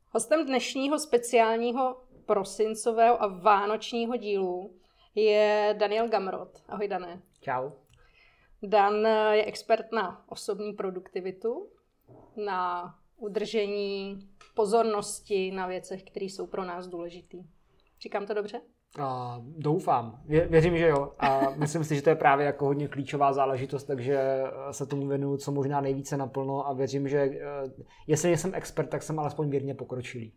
Hostem dnešního speciálního prosincového a vánočního dílu je Daniel Gamrot. Ahoj, Dané. Čau. Dan je expert na osobní produktivitu, na udržení pozornosti na věcech, které jsou pro nás důležitý. Říkám to dobře? Doufám. Věřím, že jo. A myslím si, že to je právě jako hodně klíčová záležitost, takže se tomu věnuju co možná nejvíce naplno a věřím, že jestli jsem expert, tak jsem alespoň mírně pokročilý.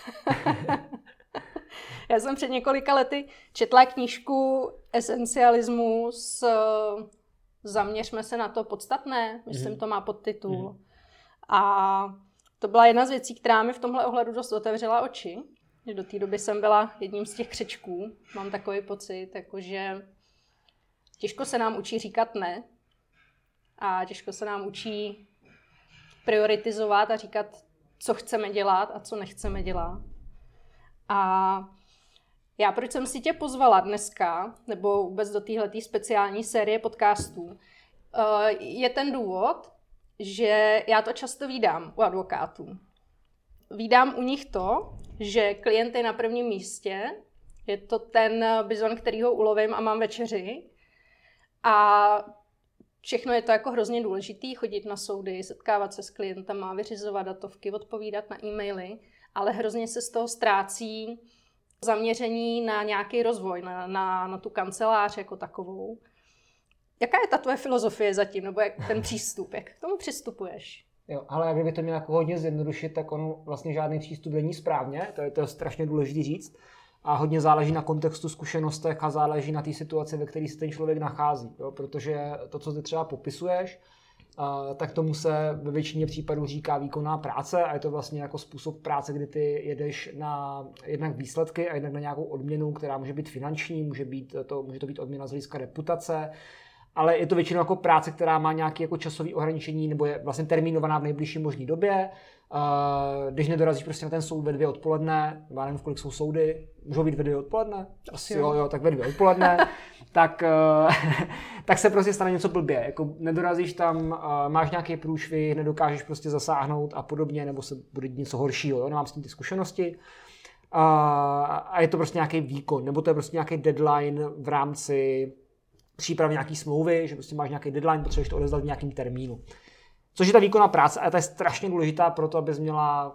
Já jsem před několika lety četla knížku Esencialismus, zaměřme se na to podstatné, myslím, to má podtitul. A to byla jedna z věcí, která mi v tomhle ohledu dost otevřela oči. Do té doby jsem byla jedním z těch křečků. Mám takový pocit, jakože těžko se nám učí říkat ne a těžko se nám učí prioritizovat a říkat, co chceme dělat a co nechceme dělat. A já proč jsem si tě pozvala dneska, nebo vůbec do téhletý speciální série podcastů, je ten důvod, že já to často vídám u advokátů. Vídám u nich to, že klient je na prvním místě, je to ten bizon, kterýho ulovím a mám večeři. A všechno je to jako hrozně důležitý, chodit na soudy, setkávat se s klientama, vyřizovat datovky, odpovídat na e-maily, ale hrozně se z toho ztrácí zaměření na nějaký rozvoj, na tu kancelář jako takovou. Jaká je ta tvoje filozofie zatím, nebo jak ten přístup, jak k tomu přistupuješ? Jo, ale jak kdyby to měl jako hodně zjednodušit, tak on vlastně žádný přístup není správně, to je strašně důležité říct. A hodně záleží na kontextu, zkušenostech a záleží na té situaci, ve které se ten člověk nachází. Jo? Protože to, co ty třeba popisuješ, tak tomu se ve většině případů říká výkonná práce a je to vlastně jako způsob práce, kdy ty jedeš na jednak výsledky a jednak na nějakou odměnu, která může být finanční, může to být odměna z hlediska reputace, ale je to většinou jako práce, která má nějaké jako časové ohraničení nebo je vlastně termínovaná v nejbližší možné době. Když nedorazíš prostě na ten soud ve 2 odpoledne, já nevím, v kolik jsou soudy, můžou být ve 2 odpoledne? Asi jo, tak ve 2 odpoledne, tak se prostě stane něco blbě. Jako nedorazíš tam, máš nějaký průšvih, nedokážeš prostě zasáhnout a podobně, nebo se bude něco horšího, jo? Nemám s tím ty zkušenosti. A je to prostě nějaký výkon, nebo to je prostě nějaký deadline v rámci přípravy nějaký smlouvy, že prostě máš nějaký deadline, potřebuješ to odevzdat v nějakým termínu. Což je ta výkonná práce a ta je strašně důležitá pro to, abys měla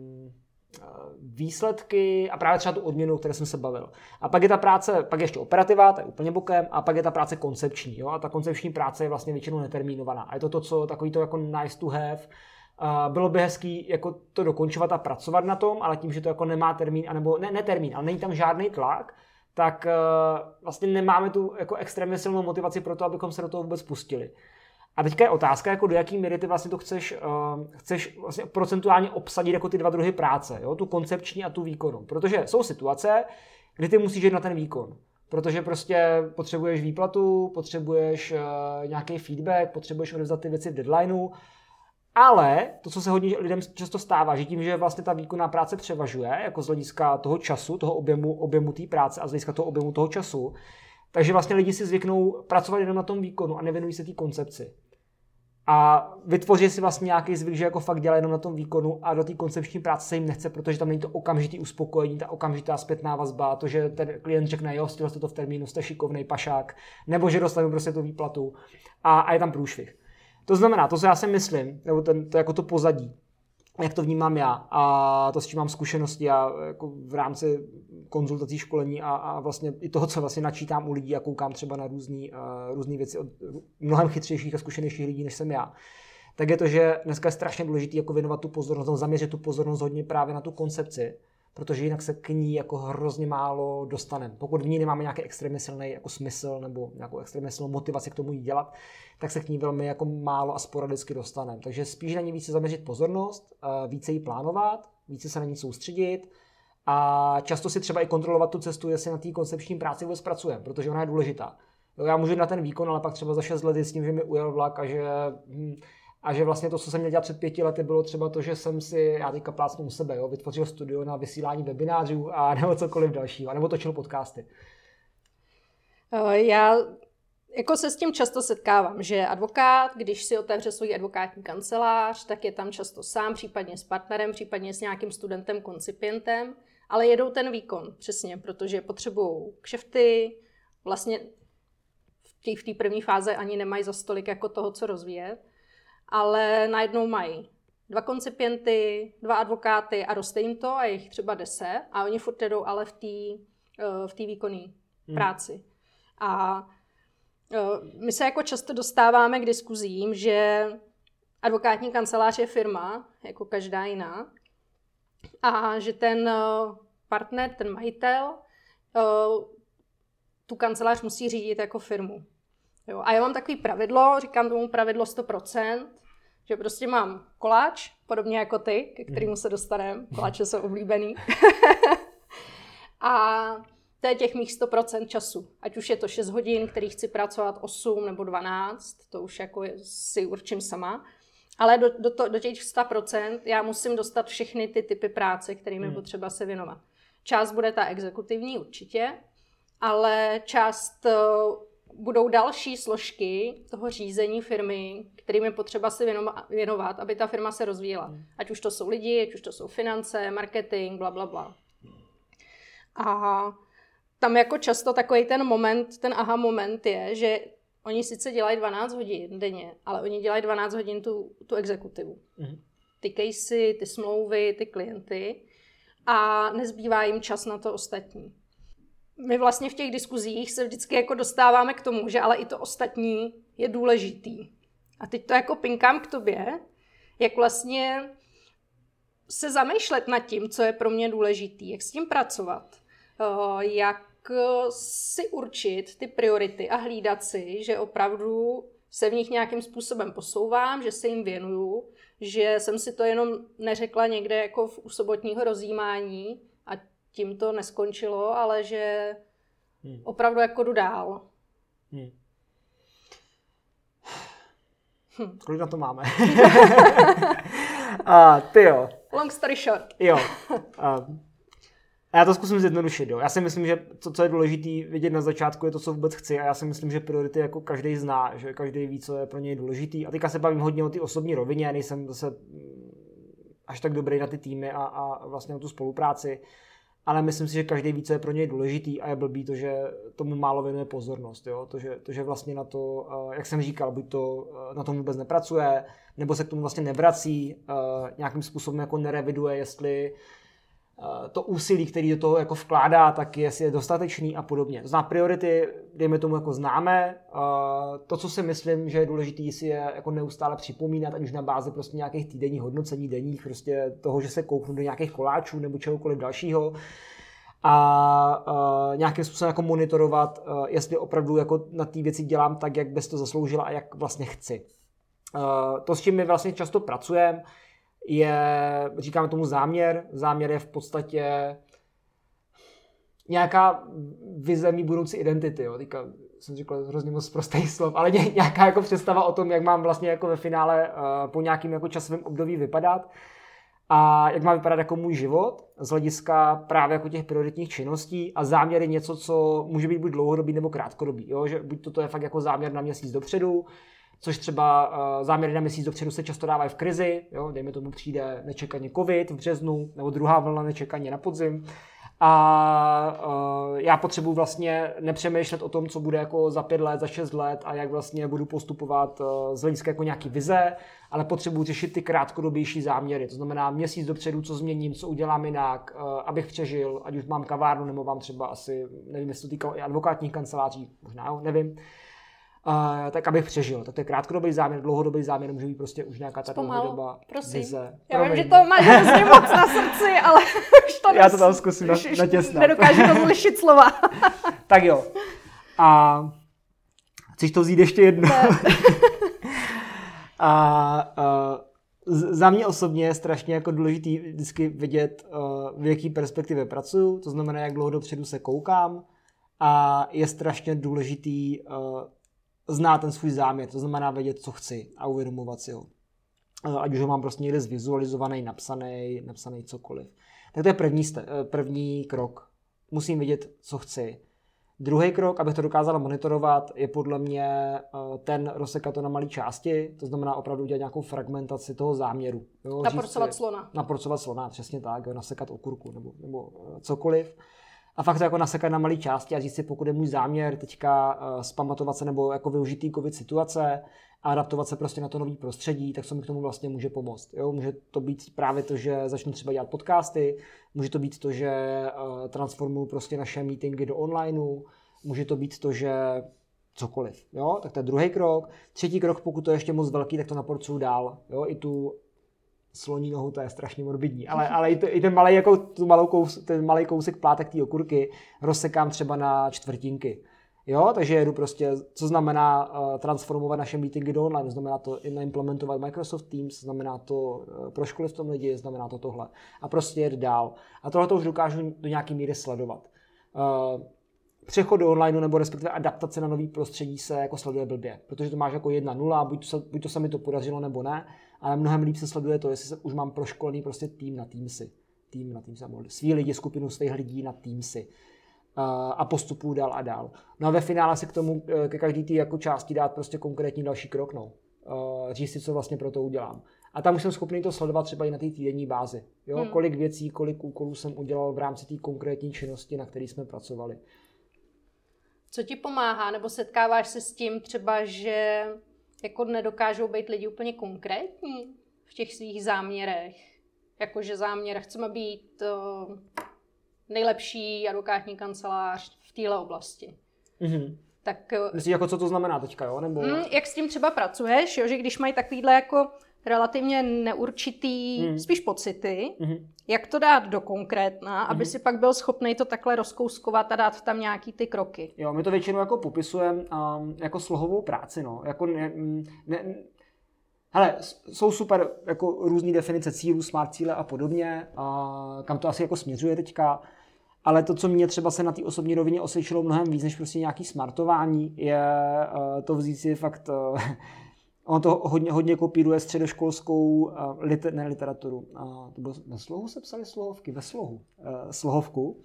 výsledky a právě třeba tu odměnu, o které jsem se bavil. A pak je ta práce, pak je ještě operativa, to je úplně bokem, a pak je ta práce koncepční. Jo? A ta koncepční práce je vlastně většinou netermínovaná. A je to co takový to jako nice to have. Bylo by hezký jako to dokončovat a pracovat na tom, ale tím, že to jako nemá termín, anebo ne termín, ale není tam žádný tlak, tak vlastně nemáme tu jako extrémně silnou motivaci pro to, abychom se do toho vůbec pustili. A teďka je otázka, jako do jaký míry ty vlastně to chceš vlastně procentuálně obsadit jako ty dva druhy práce, jo? Tu koncepční a tu výkonnou. Protože jsou situace, kdy ty musíš jít na ten výkon. Protože prostě potřebuješ výplatu, potřebuješ nějaký feedback, potřebuješ odevzdat ty věci v deadlineu. Ale to, co se hodně lidem často stává, že tím, že vlastně ta výkonná práce převažuje, jako z hlediska toho času, toho objemu té práce a z hlediska toho objemu toho času, takže vlastně lidi si zvyknou pracovat jenom na tom výkonu a nevěnují se té koncepci. A vytvoří si vlastně nějaký zvyk, že jako fakt dělají jenom na tom výkonu a do té koncepční práce se jim nechce, protože tam není to okamžitý uspokojení, ta okamžitá zpětná vazba, to, že ten klient řekne, jo, stihl jste to v termínu, jste šikovnej pašák, nebo že dostanu prostě tu výplatu a je tam průšvih. To znamená, to, co já si myslím, nebo to jako to pozadí, jak to vnímám já a to, s čím mám zkušenosti a jako v rámci konzultací, školení a vlastně i toho, co vlastně načítám u lidí a koukám třeba na různé věci od mnohem chytřejších a zkušenějších lidí, než jsem já, tak je to, že dneska je strašně důležité jako věnovat tu pozornost, zaměřit tu pozornost hodně právě na tu koncepci, protože jinak se k ní jako hrozně málo dostaneme. Pokud v ní nemáme nějaký extrémně silný jako smysl nebo nějakou extrémně silnou motivaci k tomu jí dělat, tak se k ní velmi jako málo a sporadicky dostaneme. Takže spíš na ní více zaměřit pozornost, více ji plánovat, více se na ní soustředit a často si třeba i kontrolovat tu cestu, jestli na té koncepční práci vůbec pracujeme, protože ona je důležitá. Jo, já můžu jít na ten výkon, ale pak třeba za 6 let s tím, že mi ujel vlak a že vlastně to, co jsem měl dělat před 5 lety, bylo třeba to, že jsem si, já teďka plácnu u sebe, jo, vytvořil studio na vysílání webinářů a nebo cokoliv dalšího, nebo točil podcasty. Já jako se s tím často setkávám, že advokát, když si otevře svůj advokátní kancelář, tak je tam často sám, případně s partnerem, případně s nějakým studentem, koncipientem, ale jedou ten výkon, přesně, protože potřebují kšefty, vlastně v té první fáze ani nemají za stolik jako toho, co rozvíjet, ale najednou mají 2 koncipienty, 2 advokáty a roste jim to a je jich třeba 10 a oni furt jedou ale v té výkonné práci. A my se jako často dostáváme k diskuzím, že advokátní kancelář je firma, jako každá jiná, a že ten partner, ten majitel, tu kancelář musí řídit jako firmu. Jo, a já mám takový pravidlo, říkám tomu pravidlo 100%, že prostě mám koláč, podobně jako ty, ke kterému se dostaneme. Koláče jsou oblíbený. A to je těch mých 100% času. Ať už je to 6 hodin, který chci pracovat 8 nebo 12, to už jako si určím sama. Ale do těch 100% já musím dostat všechny ty typy práce, kterým je potřeba se věnovat. Část bude ta exekutivní určitě, ale část budou další složky toho řízení firmy, kterým je potřeba si věnovat, aby ta firma se rozvíjela. Ať už to jsou lidi, ať už to jsou finance, marketing, blablabla. A tam jako často takový ten moment, ten aha moment je, že oni sice dělají 12 hodin denně, ale oni dělají 12 hodin tu exekutivu. Ty casey, ty smlouvy, ty klienty a nezbývá jim čas na to ostatní. My vlastně v těch diskuzích se vždycky jako dostáváme k tomu, že ale i to ostatní je důležitý. A teď to jako pinkám k tobě, jak vlastně se zamýšlet nad tím, co je pro mě důležitý, jak s tím pracovat, jak si určit ty priority a hlídat si, že opravdu se v nich nějakým způsobem posouvám, že se jim věnuju, že jsem si to jenom neřekla někde jako u sobotního rozjímání a tím to neskončilo, ale že opravdu jako jdu dál. Kolik na to máme? Tyjo. Long story short. Jo. A já to zkusím zjednodušit. Jo. Já si myslím, že co je důležité vidět na začátku, je to, co vůbec chci. A já si myslím, že priority jako každý zná, že každý ví, co je pro něj důležitý. A teďka se bavím hodně o té osobní rovině, nejsem zase až tak dobrý na ty týmy a vlastně na tu spolupráci. Ale myslím si, že každý ví, co je pro něj důležitý a je blbý to, že tomu málo věnuje pozornost. Jo? To, že vlastně na to, jak jsem říkal, buď to na tom vůbec nepracuje, nebo se k tomu vlastně nevrací, nějakým způsobem jako nereviduje, jestli to úsilí, který do toho jako vkládá, tak jestli je dostatečný a podobně. To znamená priority, dejme tomu jako známe. To, co si myslím, že je důležité, si je jako neustále připomínat, ať už na bázi prostě nějakých týdenních hodnocení, denních, prostě toho, že se kouknu do nějakých koláčů nebo čehokoliv dalšího. A nějakým způsobem jako monitorovat, jestli opravdu jako na té věci dělám tak, jak bys to zasloužila a jak vlastně chci. To, s čím my vlastně často pracujeme, říkáme tomu záměr. Záměr je v podstatě nějaká vize mý budoucí identity. Jo. Teďka jsem říkal hrozně moc prostých slov, ale nějaká jako představa o tom, jak mám vlastně jako ve finále po nějakým jako časovém období vypadat a jak má vypadat jako můj život z hlediska právě jako těch prioritních činností a záměr je něco, co může být buď dlouhodobý nebo krátkodobý. Jo. Že buď to je fakt jako záměr na měsíc dopředu, což třeba záměry na měsíc dopředu se často dávají v krizi, jo, dejme tomu přijde nečekaně covid v březnu, nebo druhá vlna nečekaně na podzim. A já potřebuji vlastně nepřemýšlet o tom, co bude jako za 5 let, za 6 let a jak vlastně budu postupovat z hlediska jako nějaký vize, ale potřebuji řešit ty krátkodobější záměry. To znamená měsíc dopředu, co změním, co udělám jinak, abych přežil, ať už mám kavárnu, nebo mám třeba asi, nevím, jestli to týká i advokátních kanceláří, možná, nevím. Tak abych přežil. Tak to je krátkodobý záměr, dlouhodobý záměr může být prostě už nějaká ta dlouhodobá vize. Já vím, že to máš hrozně moc na srdci, ale už to já to tam zkusím natěsnat. Nedokážu rozlišit slova. Tak jo. A chceš to vzít ještě jednou? Za mě osobně je strašně jako důležitý vždycky vidět, v jaký perspektivě pracuju, to znamená, jak dlouho dopředu se koukám a je strašně důležitý znát ten svůj záměr, to znamená vědět, co chci a uvědomovat si ho. Ať už ho mám prostě někde zvizualizovaný, napsaný cokoliv. Tak to je první krok. Musím vědět, co chci. Druhý krok, abych to dokázal monitorovat, je podle mě ten rozsekat to na malé části, to znamená opravdu udělat nějakou fragmentaci toho záměru. Jo, naporcovat slona. Naporcovat slona, přesně tak, jo, nasekat okurku nebo cokoliv. A fakt to jako nasekat na malé části a říct si, pokud je můj záměr teďka zpamatovat se nebo jako využít té covid situace a adaptovat se prostě na to nový prostředí, tak co mi k tomu vlastně může pomoct. Jo? Může to být právě to, že začnu třeba dělat podcasty, může to být to, že transformuji prostě naše meetingy do onlineu, může to být to, že cokoliv. Jo? Tak to je druhý krok. Třetí krok, pokud to je ještě moc velký, tak to naporcuju dál. Jo? I tu sloní nohu, to je strašně morbidní, ale i ten malý, jako ten malý kousek plátek té okurky rozsekám třeba na čtvrtinky. Jo, takže jedu prostě, co znamená transformovat naše meetingy do online, znamená to implementovat Microsoft Teams, znamená to proškolit v tom lidi, znamená to tohle. A prostě jet dál. A tohle to už dokážu do nějaký míry sledovat. Přechod do online nebo respektive adaptace na nový prostředí se jako sleduje blbě, protože to máš jako 1-0, buď to se mi to podařilo nebo ne, ale mnohem líp se sleduje to, jestli už mám proškolený prostě tým na Teamsy. Svý lidi, skupinu svých lidí na Teamsy. A postupuju dál a dál. No a ve finále si k tomu, ke každý té jako části dát prostě konkrétní další krok, no. Říct si, co vlastně pro to udělám. A tam už jsem schopný to sledovat třeba i na té týdenní bázi. Jo? Kolik věcí, kolik úkolů jsem udělal v rámci té konkrétní činnosti, na které jsme pracovali. Co ti pomáhá, nebo setkáváš se s tím třeba, že jako nedokážou být lidi úplně konkrétní v těch svých záměrech? Jakože záměr, chceme být nejlepší advokátní kancelář v téhle oblasti. Mm-hmm. Tak, myslíš, jako co to znamená teďka, jo? Nebo... Jak s tím třeba pracuješ, jo? Že když mají takovýhle jako relativně neurčitý spíš pocity, jak to dát do konkrétna, aby si pak byl schopný to takhle rozkouskovat a dát tam nějaký ty kroky. Jo, my to většinou jako popisujeme jako slohovou práci, no. Jako hele, jsou super jako různý definice cílů, smart cíle a podobně, kam to asi jako směřuje teďka, ale to, co mě třeba se na té osobní rovině osvědčilo mnohem víc, než prostě nějaký smartování, je to vzít si fakt, ono to hodně kopíruje středoškolskou literaturu. To bylo ve slohu se psaly slohovky, ve slohu, slohovku.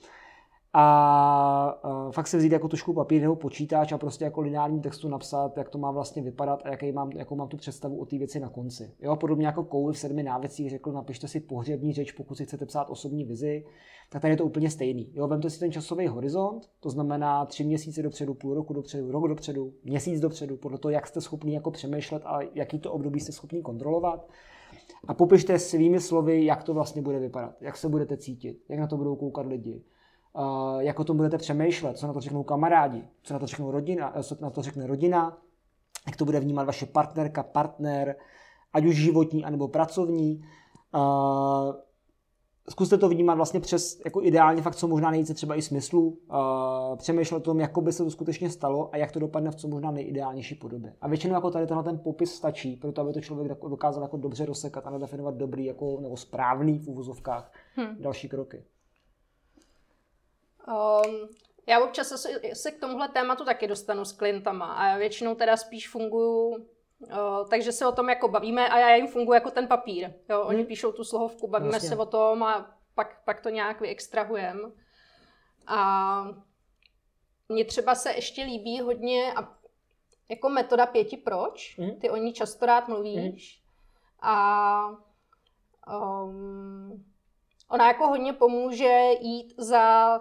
A fakt se vzít jako tušku papír nebo počítač a prostě jako lineární textu napsat, jak to má vlastně vypadat a jakou mám tu představu o té věci na konci. Jo, podobně jako Covey v 7 návěcích řekl, napište si pohřební řeč, pokud si chcete psát osobní vizi, tak tady je to úplně stejný. Jo, vemte si ten časový horizont, to znamená 3 měsíce dopředu, půl roku dopředu, rok dopředu, měsíc dopředu, podle toho, jak jste schopni jako přemýšlet a jaký to období jste schopni kontrolovat. A popište svými slovy, jak to vlastně bude vypadat, jak se budete cítit, jak na to budou koukat lidi. Jak o tom budete přemýšlet, co na to řeknou kamarádi, co na to řeknou rodina, co na to řekne rodina, jak to bude vnímat vaše partnerka, partner, ať už životní, anebo pracovní. Zkuste to vnímat vlastně přes jako ideálně fakt co možná nejvíce třeba i smyslu. Přemýšlet o tom, jak by se to skutečně stalo a jak to dopadne v co možná nejideálnější podobě. A většinou jako tady ten popis stačí, proto aby to člověk dokázal jako dobře rozsekat a nadefinovat dobrý jako, nebo správný v uvozovkách další kroky. Já občas se k tomuhle tématu taky dostanu s klientama a já většinou teda spíš funguju, takže se o tom jako bavíme a já jim funguji jako ten papír. Jo? Oni píšou tu slohovku, bavíme se o tom a pak to nějak vyextrahujeme. A mně třeba se ještě líbí hodně jako metoda 5 proč, ty o ní často rád mluvíš. A ona jako hodně pomůže jít za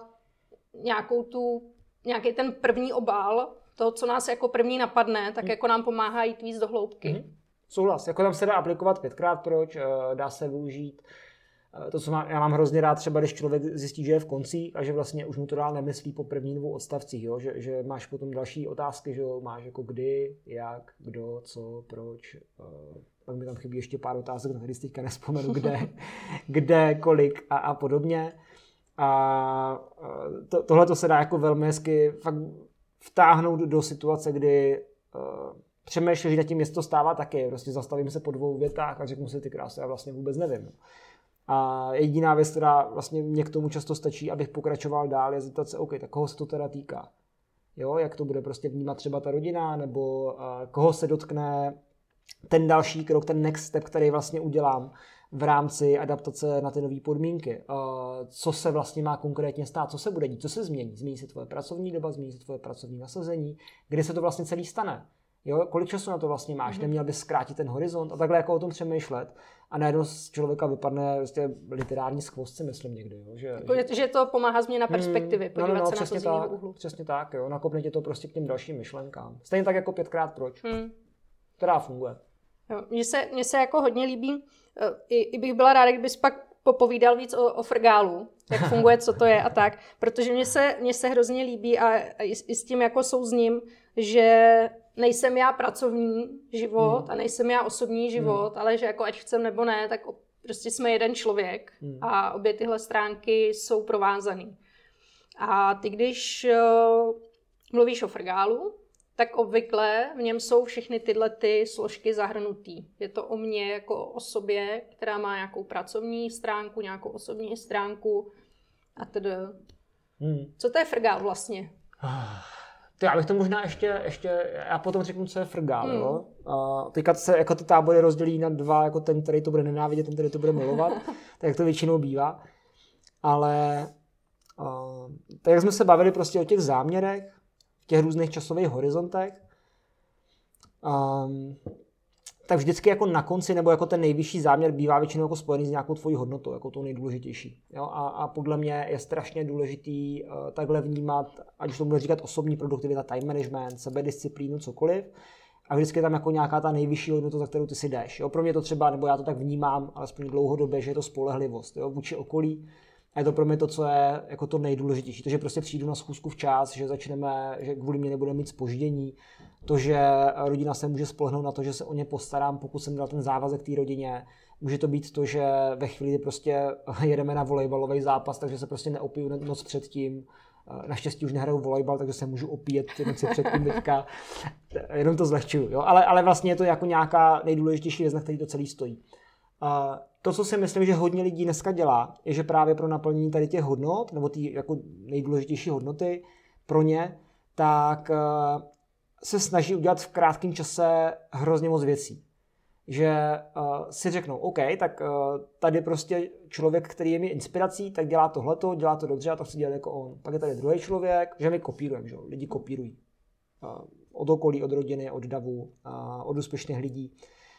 nějaký ten první obal, to, co nás jako první napadne, tak jako nám pomáhá jít víc do hloubky. Souhlas. Jako tam se dá aplikovat 5x proč, dá se využít. To, co já mám hrozně rád, třeba když člověk zjistí, že je v konci a že vlastně už mu to dál nemyslí po první 2 odstavcích, jo? Že máš potom další otázky, že jo? Máš jako kdy, jak, kdo, co, proč. Pak mi tam chybí ještě pár otázek, na které si teďka nespomenu, kde, kolik a podobně. A tohle to se dá jako velmi hezky fakt vtáhnout do situace, kdy přemýšlím, že nad tím město stává taky. Prostě zastavím se po 2 větách a řeknu si ty krásy, já vlastně vůbec nevím. A jediná věc, která vlastně mě k tomu často stačí, abych pokračoval dál, je zeptat se, OK, tak koho se to teda týká? Jo, jak to bude prostě vnímat třeba ta rodina, nebo koho se dotkne ten další krok, ten next step, který vlastně udělám. v rámci adaptace na ty nové podmínky. Co se vlastně má konkrétně stát, co se bude dít, co se změní. Změní se tvoje pracovní doba, změní se tvoje pracovní nasazení, kdy se to vlastně celý stane. Jo, kolik času na to vlastně máš, neměl bys zkrátit ten horizont a takhle jako o tom přemýšlet a najednou z člověka vypadne prostě literární skvost, si myslím někdy. Jo, že to pomáhá změna perspektivy, podívat se na to z jiného úhlu. Přesně tak, jo, nakopne tě to prostě k těm dalším myšlenkám. Stejně tak jako 5x proč, která funguje. Jo, mně se jako hodně líbí, i bych byla ráda, kdybys pak popovídal víc o frgálu, jak funguje, co to je a tak, protože mně se hrozně líbí a i s tím jako souzním, že nejsem já pracovní život a nejsem já osobní život, ale že jako ať chcem nebo ne, tak prostě jsme jeden člověk a obě tyhle stránky jsou provázaný. A ty, když mluvíš o frgálu, tak obvykle v něm jsou všechny tyhle ty složky zahrnutý. Je to o mně jako o sobě, která má nějakou pracovní stránku, nějakou osobní stránku a tedy. Co to je frgál vlastně? Já bych to možná ještě já potom řeknu, co je frgál. Jo? Teďka se jako ty tábory rozdělí na dva, jako ten, který to bude nenávidět, ten, který to bude milovat, tak jak to většinou bývá. Ale tak jak jsme se bavili prostě o těch záměrech, v těch různých časových horizontech, tak vždycky jako na konci nebo jako ten nejvyšší záměr bývá většinou jako spojený s nějakou tvojí hodnotou, jako tou nejdůležitější. Jo? A podle mě je strašně důležitý takhle vnímat, ať už to bude říkat osobní produktivita, time management, sebedisciplínu, cokoliv. A vždycky je tam jako nějaká ta nejvyšší hodnota, za kterou ty si jdeš. Jo? Pro mě to třeba, nebo já to tak vnímám, alespoň dlouhodobě, že je to spolehlivost, jo? Vůči okolí. A je to pro mě to, co je jako to nejdůležitější. To, že prostě přijdu na schůzku včas, že že kvůli mě nebude mít zpoždění. To, že rodina se může spolehnout na to, že se o ně postarám, pokud jsem dal ten závazek té rodině. Může to být to, že ve chvíli, kdy prostě jedeme na volejbalový zápas, takže se prostě neopiju noc předtím. Naštěstí už nehraju volejbal, takže se můžu opíjet ty noci předtím teďka. Jenom to zlehčuju. Jo? Ale vlastně je to jako nějaká nejdůležitější věc, na který to celý stojí. To, co si myslím, že hodně lidí dneska dělá, je, že právě pro naplnění tady těch hodnot, nebo ty jako nejdůležitější hodnoty pro ně, tak se snaží udělat v krátkém čase hrozně moc věcí. Že si řeknou, OK, tak tady prostě člověk, který je mi inspirací, tak dělá tohleto, dělá to dobře a to chci dělat jako on. Pak je tady druhý člověk, že my kopírujeme, že lidi kopírují. Od okolí, od rodiny, od davu, od úspěšných lidí.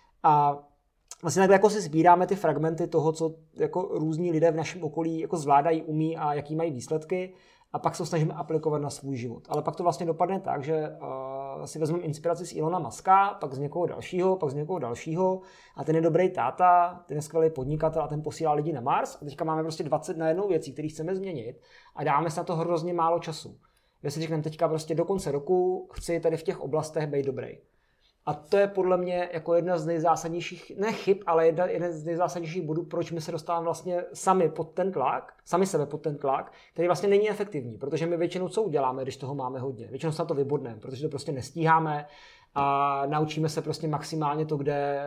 A vlastně takhle jako si sbíráme ty fragmenty toho, co jako různí lidé v našem okolí jako zvládají, umí a jaký mají výsledky a pak se snažíme aplikovat na svůj život. Ale pak to vlastně dopadne tak, že si vezmeme inspiraci z Elona Muska, pak z někoho dalšího, pak z někoho dalšího a ten je dobrý táta, ten je skvělý podnikatel a ten posílá lidi na Mars a teďka máme prostě 20 na jednou věcí, které chceme změnit a dáme se na to hrozně málo času. Já si řekneme teďka prostě do konce roku chci tady v těch oblastech být dobrý. A to je podle mě jako jedna z nejzásadnějších, ne chyb, ale jeden z nejzásadnějších bodů, proč my se dostáváme vlastně sami sebe pod ten tlak, který vlastně není efektivní, protože my většinou co uděláme, když toho máme hodně. Většinou se na to vybodneme, protože to prostě nestíháme a naučíme se prostě maximálně to,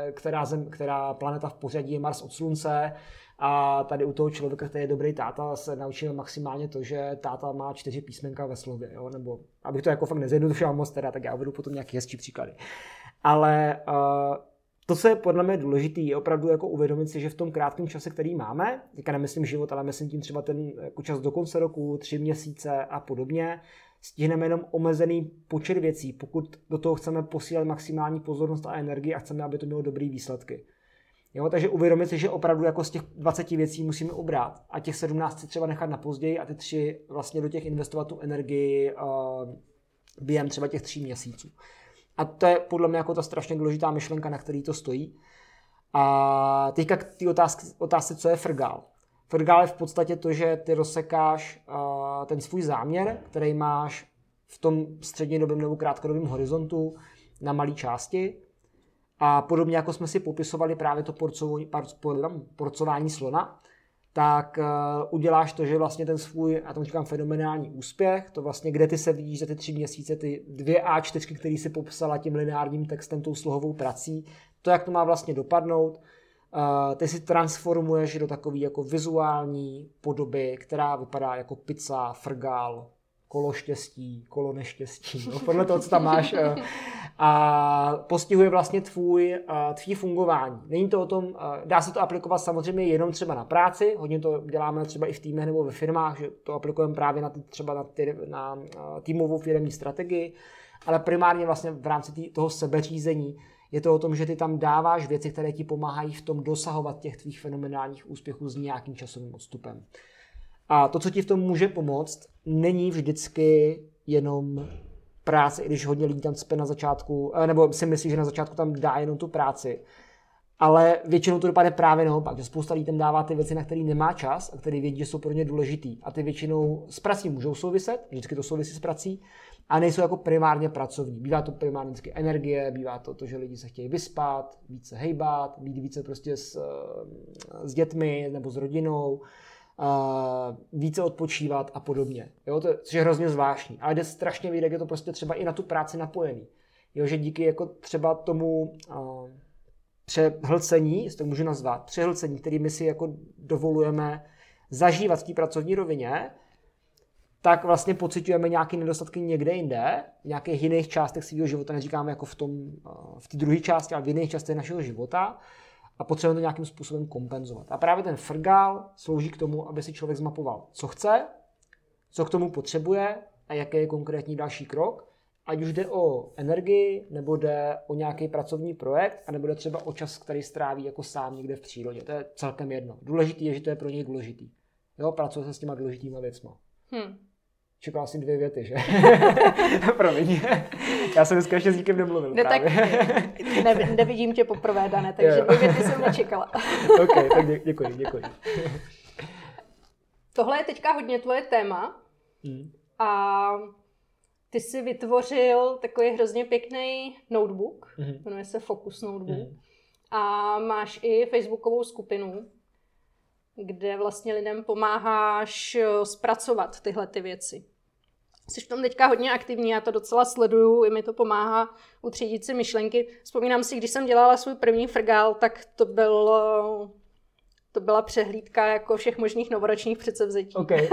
která planeta v pořadí je Mars od Slunce. A tady u toho člověka, který je dobrý táta, se naučíme maximálně to, že táta má 4 písmenka ve slově, jo? Nebo abych to jako fakt nezjednodušoval moc teda, tak já uvedu potom nějaký hezčí příklady. Ale to, co je podle mě důležité, je opravdu jako uvědomit si, že v tom krátkém čase, který máme, teďka nemyslím život, ale myslím tím třeba ten jako čas do konce roku, 3 měsíce a podobně, stihneme jenom omezený počet věcí, pokud do toho chceme posílat maximální pozornost a energii a chceme, aby to mělo dobrý výsledky. Jo, takže uvědomit si, že opravdu jako z těch 20 věcí musíme ubrat a těch 17 si třeba nechat na později a ty 3 vlastně do těch investovat tu energii během třeba těch 3 měsíců. A to je podle mě jako ta strašně důležitá myšlenka, na který to stojí. A teďka k té otázce, co je frgál. Frgál je v podstatě to, že ty rozsekáš ten svůj záměr, který máš v tom střednědobém nebo krátkodobém horizontu na malé části. A podobně jako jsme si popisovali právě to porcování slona, tak uděláš to, že vlastně ten svůj, já tomu říkám fenomenální úspěch, to vlastně, kde ty se vidíš za ty 3 měsíce, ty 2 A4, který si popsala tím lineárním textem, tou slohovou prací, to, jak to má vlastně dopadnout, ty si transformuješ do takové jako vizuální podoby, která vypadá jako pizza, frgál, kolo štěstí, kolo neštěstí, no, podle toho, co tam máš. a postihuje vlastně tvý fungování. Není to o tom, dá se to aplikovat samozřejmě jenom třeba na práci, hodně to děláme třeba i v týmech nebo ve firmách, že to aplikujeme právě na týmovou firemní strategii, ale primárně vlastně v rámci toho sebeřízení je to o tom, že ty tam dáváš věci, které ti pomáhají v tom dosahovat těch tvých fenomenálních úspěchů s nějakým časovým odstupem. A to, co ti v tom může pomoct, není vždycky jenom práce, i když hodně lidí tam cpe na začátku, nebo si myslí, že na začátku tam dá jenom tu práci. Ale většinou to dopadne právě naopak, že spousta lidí tam dává ty věci, na které nemá čas a které vědí, že jsou pro ně důležitý. A ty většinou s prací můžou souviset, vždycky to souvisí s prací, a nejsou jako primárně pracovní. Bývá to primárně energie, bývá to, že lidi se chtějí vyspat, více hejbat, být více prostě s dětmi nebo s rodinou, více odpočívat a podobně. Jo, což je hrozně zvláštní. Ale jde strašně vidět, jak je to prostě třeba i na tu práci napojený. Jo, že díky jako třeba tomu přehlcení, jestli to můžu nazvat, přehlcení, který my si jako dovolujeme zažívat v té pracovní rovině, tak vlastně pociťujeme nějaké nedostatky někde jinde, v nějakých jiných částech svého života, neříkáme jako v té druhé části, ale v jiných částech našeho života a potřebujeme to nějakým způsobem kompenzovat. A právě ten frgál slouží k tomu, aby si člověk zmapoval, co chce, co k tomu potřebuje a jaký je konkrétní další krok, ať už jde o energii, nebo jde o nějaký pracovní projekt, a nebo jde třeba o čas, který stráví jako sám někde v přírodě. To je celkem jedno. Důležitý je, že to je pro něj důležitý. Jo, pracuje se s těma důležitýma věcma. Čekal jsem 2 věty, že? Promiň. Já jsem dneska ještě s nikým nemluvil. Ne, tak nevidím tě poprvé, Dane, takže 2 věty jsem nečekala. OK, tak děkuji. Tohle je teďka hodně tvoje téma. A ty jsi vytvořil takový hrozně pěkný notebook, jmenuje se Focus Notebook. A máš i facebookovou skupinu, kde vlastně lidem pomáháš zpracovat tyhle ty věci. Jsi v tom teďka hodně aktivní, já to docela sleduju, i mi to pomáhá utřídit si myšlenky. Vzpomínám si, když jsem dělala svůj první frgál, tak to byla přehlídka jako všech možných novoročních předsevzetí. Okay.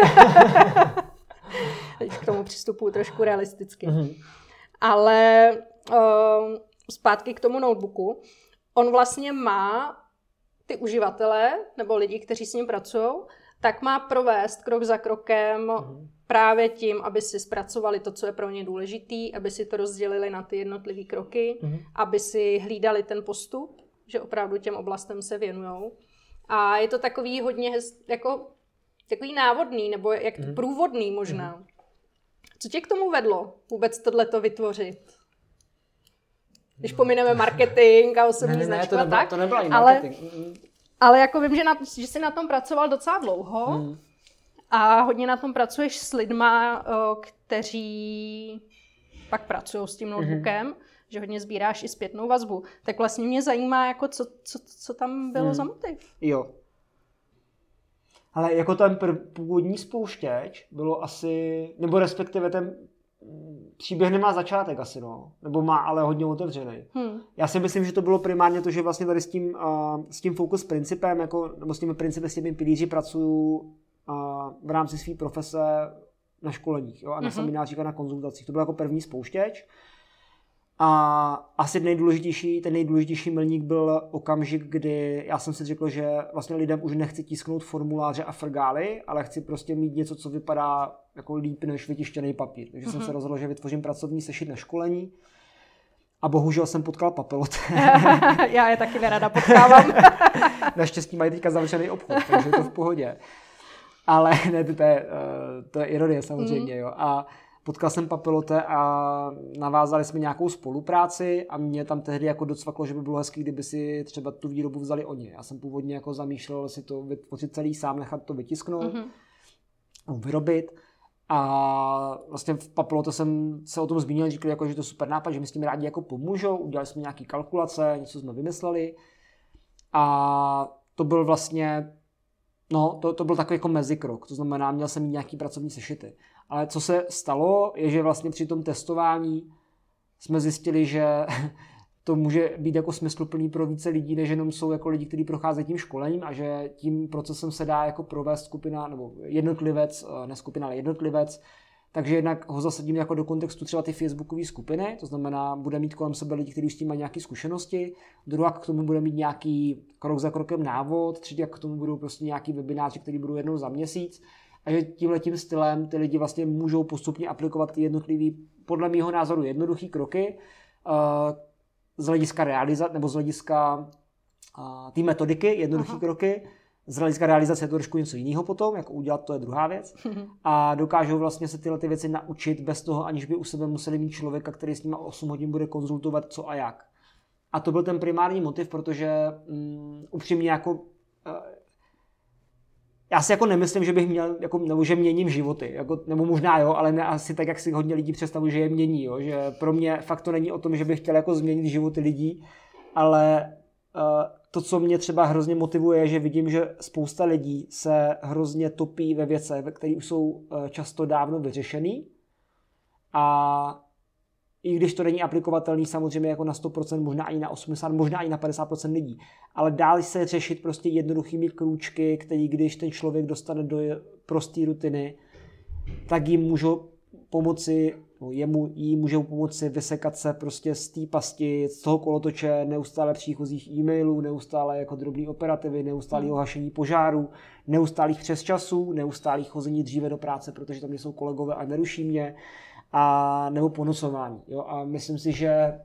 Teď k tomu přistupuji trošku realisticky. Ale zpátky k tomu notebooku. On vlastně má ty uživatele nebo lidi, kteří s ním pracují, tak má provést krok za krokem právě tím, aby si zpracovali to, co je pro ně důležitý, aby si to rozdělili na ty jednotlivé kroky, aby si hlídali ten postup, že opravdu těm oblastem se věnujou. A je to takový hodně jako takový návodný, nebo jak průvodný možná. Co tě k tomu vedlo vůbec tohleto vytvořit? Když pomineme marketing a osobní značku a tak. To nebyla i marketing. Ale jako vím, že jsi na tom pracoval docela dlouho a hodně na tom pracuješ s lidma, kteří pak pracují s tím notebookem, že hodně sbíráš i zpětnou vazbu. Tak vlastně mě zajímá, jako co tam bylo za motiv. Jo. Ale jako ten původní spouštěč bylo asi, nebo respektive ten příběh nemá začátek asi, no. Nebo má, ale hodně otevřený. Já si myslím, že to bylo primárně to, že vlastně tady s tím focus principem, jako, nebo s těmi principy, s těmi pilíři pracuju v rámci své profese na školeních, jo, a na seminářích a na konzultacích. To byl jako první spouštěč. A asi ten nejdůležitější milník byl okamžik, kdy já jsem si řekl, že vlastně lidem už nechci tisknout formuláře a frgály, ale chci prostě mít něco, co vypadá jako líp než vytištěný papír. Takže jsem se rozhodl, že vytvořím pracovní sešit na školení a bohužel jsem potkal Papelote. Já je taky nerada potkávám. Naštěstí mají teďka zavřený obchod, takže je to v pohodě. Ale ne, to je ironie samozřejmě, jo. A potkal jsem Papelote a navázali jsme nějakou spolupráci a mě tam tehdy jako docvaklo, že by bylo hezký, kdyby si třeba tu výrobu vzali oni. Já jsem původně jako zamýšlel si to vytvořit celý sám, nechat to vytisknout, vyrobit. A vlastně v Papelote jsem se o tom zmínil, říkali, jako, že to je super nápad, že mi s tím rádi jako pomůžou, udělali jsme nějaký kalkulace, něco jsme vymysleli a to byl vlastně, to byl takový jako mezikrok, to znamená, měl jsem mít nějaký pracovní sešity. Ale co se stalo, je, že vlastně při tom testování jsme zjistili, že to může být jako smysluplný pro více lidí, než jenom jsou jako lidi, kteří procházejí tím školením a že tím procesem se dá jako provést skupina nebo jednotlivec, ne skupina, ale jednotlivec Takže jednak ho zasadím jako do kontextu třeba ty facebookové skupiny, to znamená, bude mít kolem sebe lidi, kteří s tím mají nějaké zkušenosti, druhá k tomu bude mít nějaký krok za krokem návod, třetí k tomu budou prostě nějaký webináři, který budou jednou za měsíc. A že tímhletím stylem ty lidi vlastně můžou postupně aplikovat ty jednotlivý, podle mého názoru, jednoduchý kroky z hlediska realizace, nebo z hlediska té metodiky, jednoduchý kroky. Z hlediska realizace je to trošku něco jiného potom, jako udělat, to je druhá věc. A dokážou vlastně se tyhle ty věci naučit bez toho, aniž by u sebe museli mít člověka, který s nimi 8 hodin bude konzultovat co a jak. A to byl ten primární motiv, protože upřímně jako já si jako nemyslím, že bych měl, jako, nebo že měním životy, jako, nebo možná jo, ale ne asi tak, jak si hodně lidí představují, že je mění, jo, že pro mě fakt to není o tom, že bych chtěl jako změnit životy lidí, ale to, co mě třeba hrozně motivuje, je, že vidím, že spousta lidí se hrozně topí ve věcech, které už jsou často dávno vyřešený a i když to není aplikovatelný samozřejmě jako na 100%, možná i na 80%, možná i na 50% lidí, ale dá se řešit prostě jednoduchými krůčky, který když ten člověk dostane do prosté rutiny, tak jim můžou pomoci, jí můžou pomoci vysekat se prostě z té pasti, z toho kolotoče neustále příchozích e-mailů, neustále jako drobný operativy, neustálého hašení požáru, neustálých přesčasů, neustálých chození dříve do práce, protože tam jsou kolegové a neruší mě, a nebo ponocování. Jo? A myslím si, že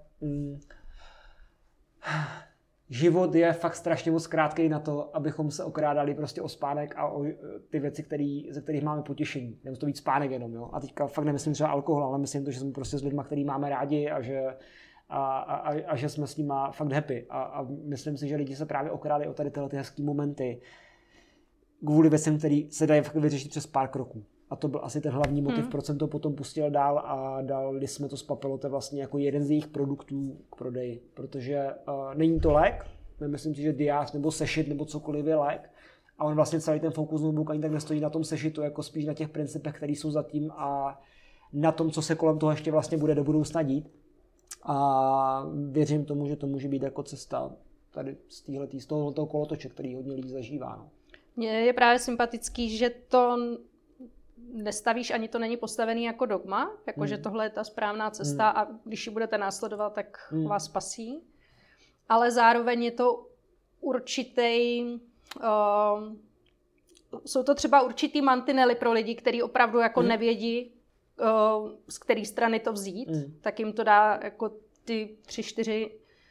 život je fakt strašně moc krátkej na to, abychom se okrádali prostě o spánek a o ty věci, ze kterých máme potěšení. Nemusí to být spánek jenom. Jo? A teďka fakt nemyslím třeba alkohol, ale myslím to, že jsme prostě s lidmi, který máme rádi a že jsme s nimi fakt happy. A myslím si, že lidi se právě okrádají o tady tyhle ty hezký momenty kvůli věcem, který se dají fakt vyřešit přes pár kroků. A to byl asi ten hlavní motiv, proč jsem to potom pustil dál a dali jsme to s Papelote vlastně jako jeden z jejich produktů k prodeji. Protože není to lék, nemyslím si, že diář nebo sešit nebo cokoliv je lék. A on vlastně celý ten Focus Notebook ani tak nestojí na tom sešitu, jako spíš na těch principech, které jsou za tím a na tom, co se kolem toho ještě vlastně bude do budoucna dít. A věřím tomu, že to může být jako cesta tady z tohoto kolotoče, který hodně lidí zažívá. No. Mně je právě sympatický, že to nestavíš, ani to není postavený jako dogma, jako že tohle je ta správná cesta a když ji budete následovat, tak vás spasí. Ale zároveň je to jsou to třeba určitý mantinely pro lidi, kteří opravdu jako nevědí, z které strany to vzít, tak jim to dá jako ty 3-4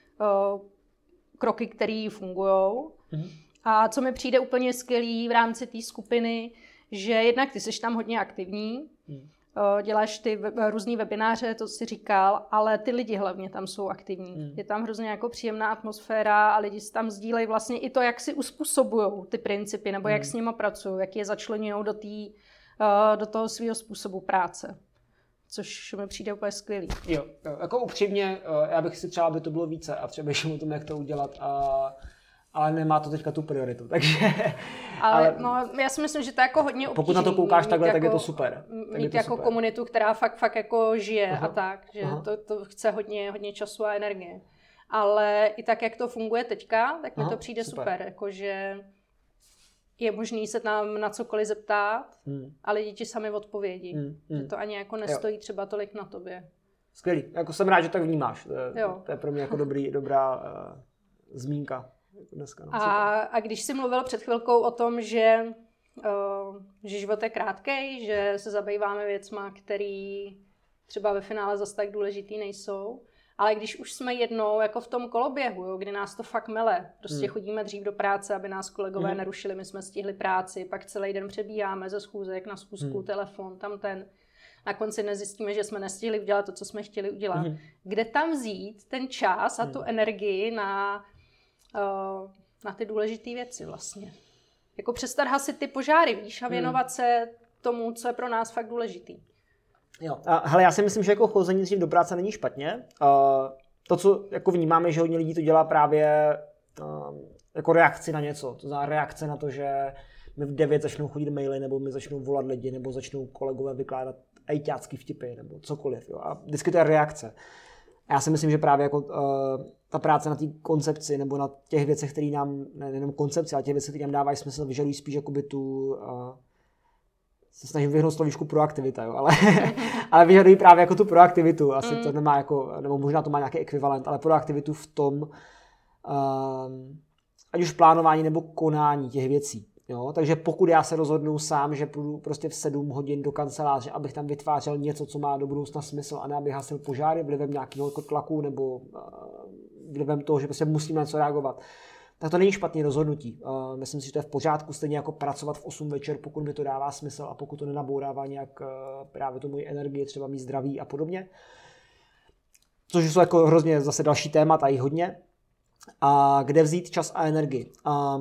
kroky, které fungujou. A co mi přijde úplně skvělý v rámci té skupiny, že jednak ty jsi tam hodně aktivní, děláš ty různý webináře, to si říkal, ale ty lidi hlavně tam jsou aktivní. Je tam hrozně jako příjemná atmosféra a lidi si tam sdílejí vlastně i to, jak si uspůsobujou ty principy, nebo jak s nima pracují, jak je začleňují do toho svého způsobu práce. Což mi přijde úplně skvělý. Jo, jako upřímně, já bych si třeba, aby to bylo více a třeba o tom, jak to udělat ale nemá to teďka tu prioritu, takže... Ale no, já si myslím, že to je jako hodně obtížný. Pokud na to koukáš takhle, jako, tak je to super. Mít jako super. Komunitu, která fakt jako žije a tak, že to chce hodně času a energie. Ale i tak, jak to funguje teďka, tak mi to přijde super. Jakože je možný se tam na cokoliv zeptat a lidi ti sami odpovědí. Že to ani jako nestojí třeba tolik na tobě. Skvělý. Jako jsem rád, že tak vnímáš. To je pro mě jako dobrá zmínka. Dneska, no. A když jsi mluvil před chvilkou o tom, že život je krátkej, že se zabýváme věcma, které třeba ve finále zase tak důležitý nejsou, ale když už jsme jednou jako v tom koloběhu, jo, kdy nás to fakt mele, prostě chodíme dřív do práce, aby nás kolegové nerušili, my jsme stihli práci, pak celý den přebíháme ze schůzek na schůzku, telefon, na konci nezjistíme, že jsme nestihli udělat to, co jsme chtěli udělat. Kde tam vzít ten čas a tu energii na ty důležité věci vlastně. Jako přestat hasit ty požáry, víš, a věnovat se tomu, co je pro nás fakt důležitý. Jo, hele, já si myslím, že jako chození dřív do práce není špatně. To, co jako vnímáme, že hodně lidí to dělá právě jako reakci na něco. To znamená reakce na to, že mi v 9 začnou chodit maily, nebo mi začnou volat lidi, nebo začnou kolegové vykládat ajťácký vtipy, nebo cokoliv. Jo. A vždycky to je reakce. Já si myslím, že právě jako ta práce na té koncepci nebo na těch věcech, které nám, nejenom koncepci, ale těch věcech, které nám dávají smysl, vyžadují spíš jakoby se snažím vyhnout slovíčku proaktivita, jo, ale vyžadují právě jako tu proaktivitu, asi to nemá jako, nebo možná to má nějaký ekvivalent, ale proaktivitu v tom, ať už plánování nebo konání těch věcí. Jo? Takže pokud já se rozhodnu sám, že půjdu prostě v 7 hodin do kanceláře, abych tam vytvářel něco, co má do budoucna smysl a ne abych hasil požáry vlivem nějakého tlaku nebo vlivem toho, že prostě musím na něco reagovat, tak to není špatný rozhodnutí. Myslím si, že to je v pořádku, stejně jako pracovat v 8 večer, pokud mi to dává smysl a pokud to nenabourává nějak právě tu moji energii, třeba mít zdraví a podobně. Což jsou jako hrozně zase další témata, i hodně. A kde vzít čas a energii?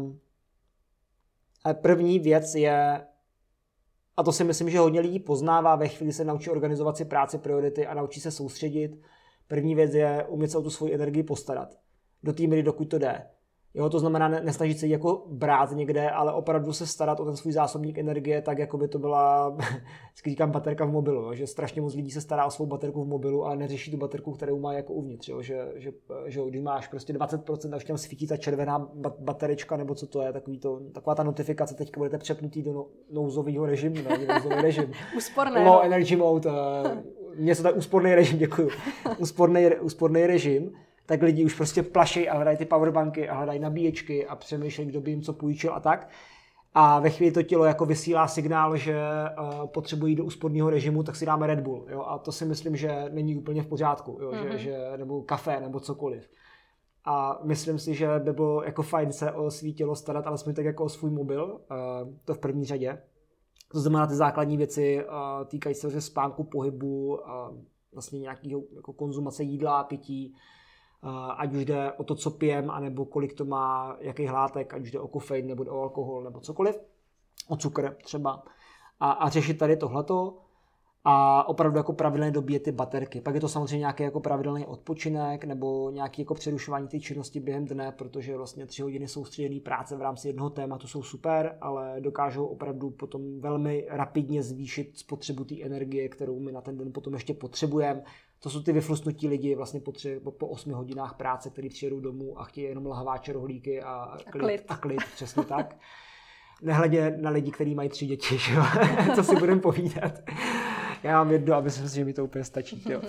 První věc je, a to si myslím, že hodně lidí poznává ve chvíli, se naučí organizovat si práci, priority a naučí se soustředit. První věc je umět se o tu svoji energii postarat. Do té míry, dokud to jde. Jo, to znamená nesnažit se jako brát někde, ale opravdu se starat o ten svůj zásobník energie, tak jako by to byla, vždycky říkám, baterka v mobilu, jo, že strašně moc lidí se stará o svou baterku v mobilu, ale neřeší tu baterku, kterou má jako uvnitř, jo, že když máš prostě 20% a už tam svítí ta červená baterička, nebo co to je, taková ta notifikace, teďka budete přepnutý do nouzového režimu, nouzový režim. Úsporné. Low energy mode, něco tak úsporný režim, děkuju. Úsporný režim. Tak lidi už prostě plašejí a hledají ty powerbanky a hledají nabíječky a přemýšlejí, kdo by jim co půjčil a tak. A ve chvíli to tělo jako vysílá signál, že potřebují do úsporného režimu, tak si dáme Red Bull. Jo? A to si myslím, že není úplně v pořádku, jo? Nebo kafe nebo cokoliv. A myslím si, že by bylo jako fajn se o svý tělo starat, alespoň tak jako o svůj mobil, to v první řadě. To znamená ty základní věci týkají se spánku, pohybu, vlastně nějakého jako konzumace jídla, pití, ať už jde o to, co pijem, anebo kolik to má, jaký látek, ať už jde o kofein, nebo o alkohol, nebo cokoliv, o cukr třeba. A řešit tady tohleto a opravdu jako pravidelně dobíjet ty baterky. Pak je to samozřejmě nějaký jako pravidelný odpočinek nebo nějaký jako přerušování té činnosti během dne, protože vlastně 3 hodiny soustředěné práce v rámci jednoho tématu jsou super, ale dokážou opravdu potom velmi rapidně zvýšit spotřebu té energie, kterou my na ten den potom ještě potřebujeme. To jsou ty vyfrustnutí lidi vlastně po 8 hodinách práce, kteří přijedou domů a chtějí jenom lahváče, rohlíky a klid, přesně tak. Nehledě na lidi, kteří mají 3 děti, že jo? Co si budeme povídat. Já mám 1 a myslím si, že mi to úplně stačí. Jo?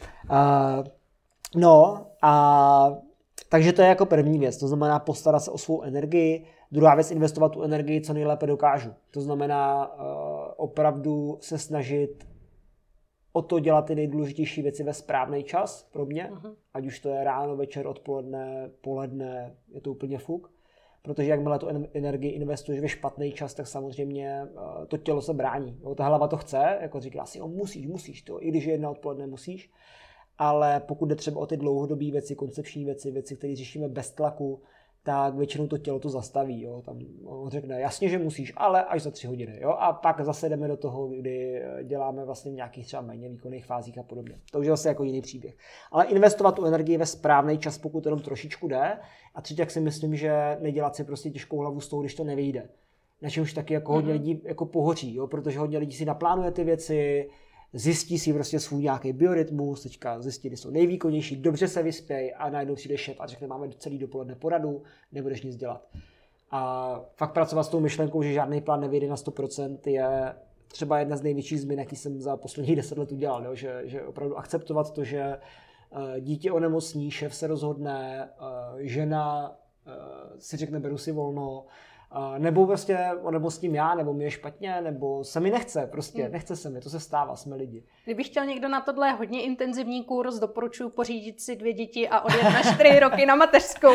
Takže to je jako první věc, to znamená postarat se o svou energii. Druhá věc, investovat tu energii, co nejlépe dokážu. To znamená opravdu se snažit o to dělat ty nejdůležitější věci ve správný čas pro mě, ať už to je ráno, večer, odpoledne, poledne, je to úplně fuk. Protože jakmile tu energii investuješ ve špatný čas, tak samozřejmě to tělo se brání. Jo, ta hlava to chce, jako říká si, musíš to, i když je 1 odpoledne musíš, ale pokud jde třeba o ty dlouhodobé věci, koncepční věci, které řešíme bez tlaku, tak většinou to tělo to zastaví. Jo. Tam on řekne, jasně, že musíš, ale až za 3 hodiny. Jo. A pak zase jdeme do toho, kdy děláme vlastně v nějakých třeba méně výkonných fázích a podobně. To už je zase jako jiný příběh. Ale investovat tu energii ve správný čas, pokud jenom trošičku jde. A třetí, jak si myslím, že nedělat si prostě těžkou hlavu z toho, když to nevyjde. Na čemž taky jako hodně lidí jako pohoří, jo, protože hodně lidí si naplánuje ty věci, zjistí si prostě svůj nějaký biorytmus, teďka zjistí, kdy jsou nejvýkonnější, dobře se vyspějí a najednou přijde šéf a řekne, máme celý dopoledne poradu, nebudeš nic dělat. A fakt pracovat s tou myšlenkou, že žádný plán nevyjde na 100%, je třeba jedna z největších změn, jaký jsem za posledních 10 let udělal, jo? Že opravdu akceptovat to, že dítě onemocní, šéf se rozhodne, žena si řekne, beru si volno, nebo prostě onemocním já, nebo mi je špatně, nebo se mi nechce, prostě nechce se mi, to se stává, jsme lidi. Kdybych chtěl někdo na tohle hodně intenzivní kurz, doporučuji pořídit si 2 děti a odjet na 4 roky na mateřskou.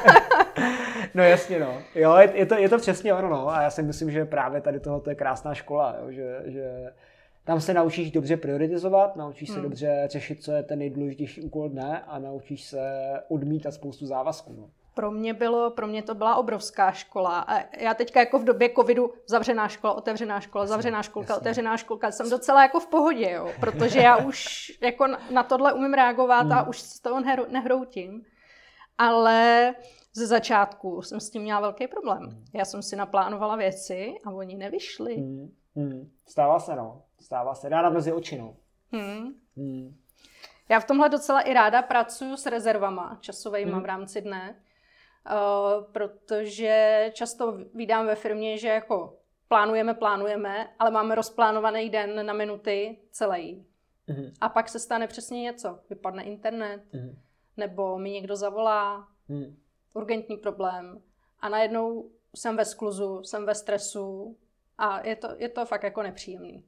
No jasně, no. Jo, je to přesně ono, no. A já si myslím, že právě tady tohle je krásná škola, jo, že tam se naučíš dobře prioritizovat, naučíš se dobře řešit, co je ten nejdůležitější úkol dne a naučíš se odmítat spoustu závazků, no. Pro mě to byla obrovská škola. A já teďka jako v době covidu zavřená škola, otevřená škola, zavřená školka, otevřená školka, jsem docela jako v pohodě, jo, protože já už jako na tohle umím reagovat a už z toho nehroutím. Ale ze začátku jsem s tím měla velký problém. Já jsem si naplánovala věci a oni nevyšly. Stává se, no. Ráda mezi oči, no. Já v tomhle docela i ráda pracuji s rezervama časovejma v rámci dne, protože často vídám ve firmě, že jako plánujeme, ale máme rozplánovaný den na minuty celý. A pak se stane přesně něco. Vypadne internet, nebo mi někdo zavolá, urgentní problém. A najednou jsem ve skluzu, jsem ve stresu a je to fakt jako nepříjemný.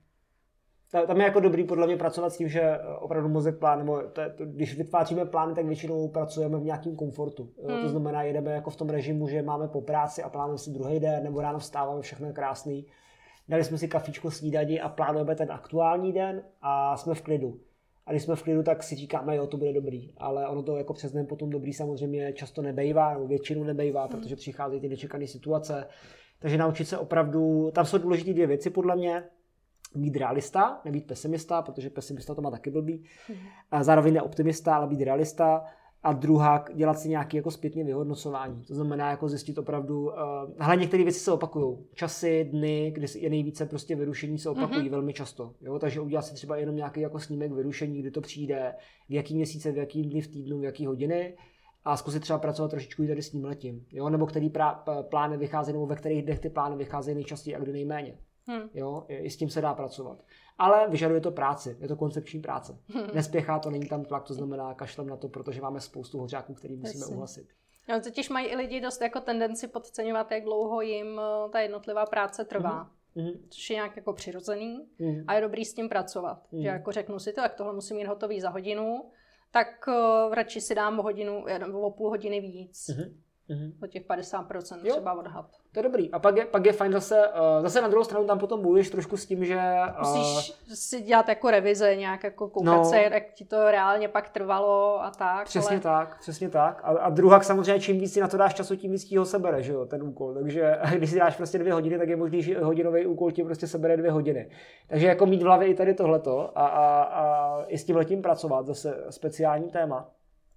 Tam je jako dobrý podle mě pracovat s tím, že opravdu mozek plán, nebo když vytváříme plány, tak většinou pracujeme v nějakém komfortu. To znamená, jedeme jako v tom režimu, že máme po práci a plánujeme si druhý den, nebo ráno vstáváme, všechno je krásný. Dali jsme si kafičko, snídani a plánujeme ten aktuální den a jsme v klidu. A když jsme v klidu, tak si říkáme, jo, to bude dobrý. Ale ono to jako přes den potom dobrý samozřejmě často nebejvá, nebo většinou nebejvá, protože přicházejí ty nečekané situace. Takže naučit se opravdu, tam jsou důležité dvě věci podle mě. Být realista, nebýt pesimista, protože pesimista to má taky blbý. A zároveň ne optimista, ale být realista. A druhá, dělat si nějaké jako zpětné vyhodnocování. To znamená jako zjistit opravdu, některé věci se opakují. Časy, dny, kdy je nejvíce prostě vyrušení, se opakují velmi často. Jo? Takže udělat si třeba jenom nějaký jako snímek vyrušení, kdy to přijde, v jaký měsíce, v jaký dny v týdnu, v jaký hodiny a zkusit třeba pracovat trošičku i tady s tím letím. Jo? Nebo který plány vycházejí, nebo ve kterých dnech ty plány vycházejí nejčastěji a kdy nejméně. Jo? I s tím se dá pracovat. Ale vyžaduje to práci, je to koncepční práce. Nespěchá to, není tam tlak, to znamená kašlem na to, protože máme spoustu hořáků, který musíme uhasit. No, totiž mají i lidi dost jako tendenci podceňovat, jak dlouho jim ta jednotlivá práce trvá. Což je nějak jako přirozený a je dobrý s tím pracovat. Že jako řeknu si to, jak tohle musím mít hotový za hodinu, tak radši si dám o hodinu nebo o půl hodiny víc. O těch 50% třeba odhad. To je dobrý. A pak je fajn zase na druhou stranu tam potom bojuješ trošku s tím, že... Musíš si dělat jako revize, nějak jako koukat se, jak ti to reálně pak trvalo a tak. Přesně tak. A druhak samozřejmě, čím víc si na to dáš času, tím víc ti ho sebere, že jo, ten úkol. Takže když si dáš prostě 2 hodiny, tak je možný, že hodinový úkol ti prostě sebere 2 hodiny. Takže jako mít v hlavě i tady tohleto a i s tímhletím pracovat, zase speciální téma.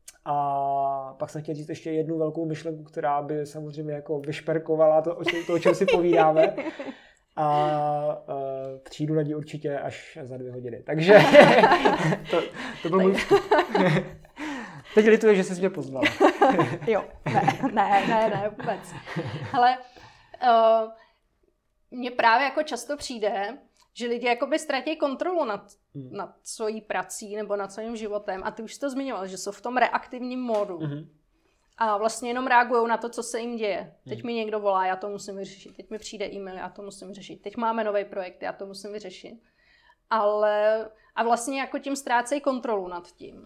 A pak jsem chtěl říct ještě jednu velkou myšlenku, která by samozřejmě jako vyšperkovala to, o čem si povídáme. A přijdu na ní určitě až za 2 hodiny. Takže to byl můj vstup. Teď lituje, že jsi mě poznal. Jo, ne, vůbec. Ale mně právě jako často přijde, že lidi jakoby ztratí kontrolu nad svojí prací nebo nad svým životem. A ty už jsi to zmiňoval, že jsou v tom reaktivním módu. A vlastně jenom reagují na to, co se jim děje. Teď mi někdo volá, já to musím vyřešit. Teď mi přijde e-mail, já to musím vyřešit. Teď máme nový projekt, já to musím vyřešit. A vlastně jako tím ztrácejí kontrolu nad tím.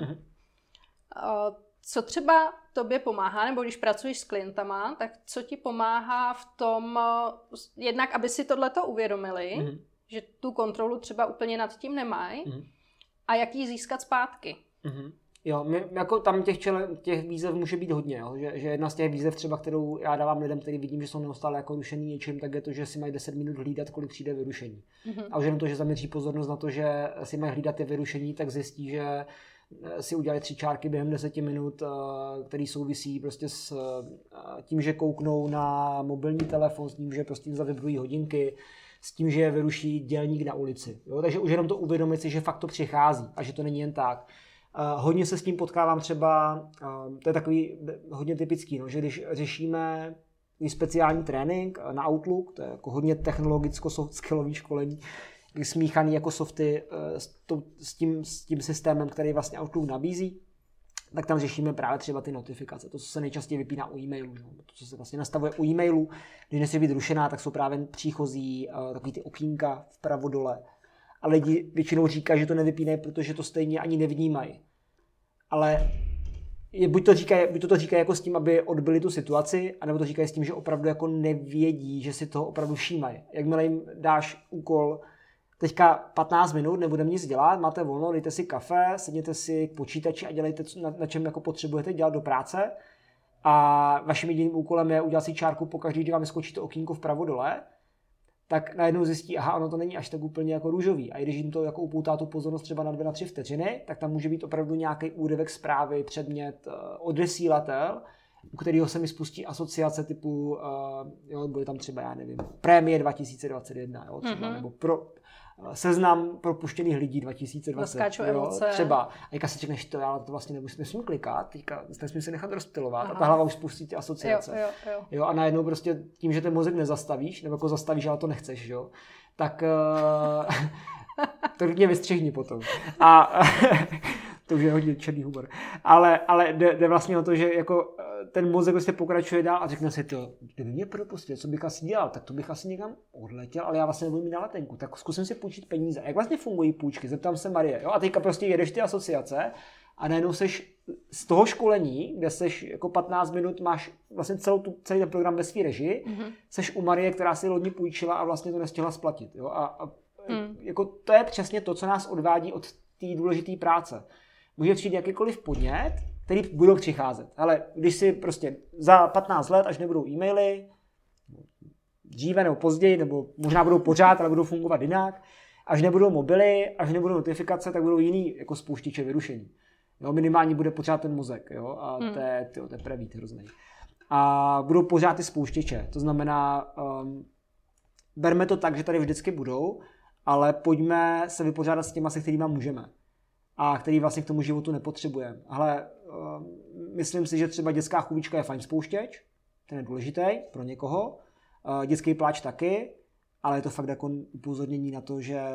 Co třeba tobě pomáhá, nebo když pracuješ s klientama, tak co ti pomáhá v tom, jednak, aby si tohleto uvědomili, že tu kontrolu třeba úplně nad tím nemají a jak ji získat zpátky. Jo, jako tam těch výzev může být hodně, jo? Že jedna z těch výzev třeba, kterou já dávám lidem, který vidím, že jsou neustále jako rušený něčím, tak je to, že si mají 10 minut hlídat, kolik přijde vyrušení. A už jenom to, že zaměří pozornost na to, že si mají hlídat ty vyrušení, tak zjistí, že si udělali 3 čárky během 10 minut, který souvisí prostě s tím, že kouknou na mobilní telefon, s tím, že prostě zavibrují hodinky, s tím, že je vyruší dělník na ulici. Jo? Takže už jenom to uvědomit si, že fakt to přichází a že to není jen tak. Hodně se s tím potkávám třeba, to je takový hodně typický, no, že když řešíme speciální trénink na Outlook, to je jako hodně technologicko-soft-skillový školení, smíchaný jako softy s tím systémem, který vlastně Outlook nabízí, tak tam řešíme právě třeba ty notifikace, to, co se nejčastěji vypíná u e-mailu, to, co se vlastně nastavuje u e-mailu, když nesmí být rušená, tak jsou právě příchozí takový ty okýnka vpravo dole. A lidi většinou říkají, že to nevypínají, protože to stejně ani nevnímají. Ale buď to říkají jako s tím, aby odbyli tu situaci, anebo to říkají s tím, že opravdu jako nevědí, že si toho opravdu všímají. Jakmile jim dáš úkol, teďka 15 minut, nebudeme nic dělat, máte volno, dejte si kafe, sedněte si k počítači a dělejte, na čem jako potřebujete dělat do práce. A vaším jediným úkolem je udělat si čárku pokaždý, když vám vyskočí to okýnko vpravo dole, tak najednou zjistí, aha, ono to není až tak úplně jako růžový. A když jim to jako upoutá tu pozornost třeba na 2 na 3 vteřiny, tak tam může být opravdu nějaký úryvek zprávy, předmět, odesílatel u kterého se mi spustí asociace typu, jo, bude tam třeba, já nevím, prémie 2021, jo, třeba, nebo seznam propuštěných lidí 2020, jo, třeba. A teďka si řekneš, já to vlastně nesmím klikat, teďka nesmím se nechat rozptylovat a ta hlava už spustí ty asociace. Jo, a najednou prostě tím, že ten mozek nezastavíš, nebo jako zastavíš, ale to nechceš, jo, tak to mě vystřihni potom. A to už je hodně černý humor. Ale jde vlastně o to, že jako ten mozek prostě pokračuje dál a řekne si to, kdyby mě propustil, co bych asi dělal, tak to bych asi někam odletěl, ale já vlastně nebudu mít na letenku, tak zkusím si půjčit peníze. Jak vlastně fungují půjčky? Zeptám se Marie. Jo? A teďka prostě jedeš ty asociace a najednou seš z toho školení, kde seš jako 15 minut, máš vlastně celý ten program ve svý režii, seš u Marie, která si lodně půjčila a vlastně to nestihla splatit. Jo? A jako to je přesně to, co nás odvádí od té důležité práce. Může přijít jakýkoliv podnět, který budou přicházet. Ale když si prostě za 15 let, až nebudou e-maily, dříve nebo později, nebo možná budou pořád, ale budou fungovat jinak, až nebudou mobily, až nebudou notifikace, tak budou jiný jako spouštěče vyrušení. Jo, minimálně bude pořád ten mozek, jo, a to je prevít hrozný. A budou pořád ty spouštěče, to znamená, berme to tak, že tady vždycky budou, ale pojďme se vypořádat s těma, se kterýma můžeme. A který vlastně k tomu životu nepotřebujeme. Ale myslím si, že třeba dětská chůvička je fajn spouštěč, ten je důležitý pro někoho, dětský pláč taky, ale je to fakt jako upozornění na to, že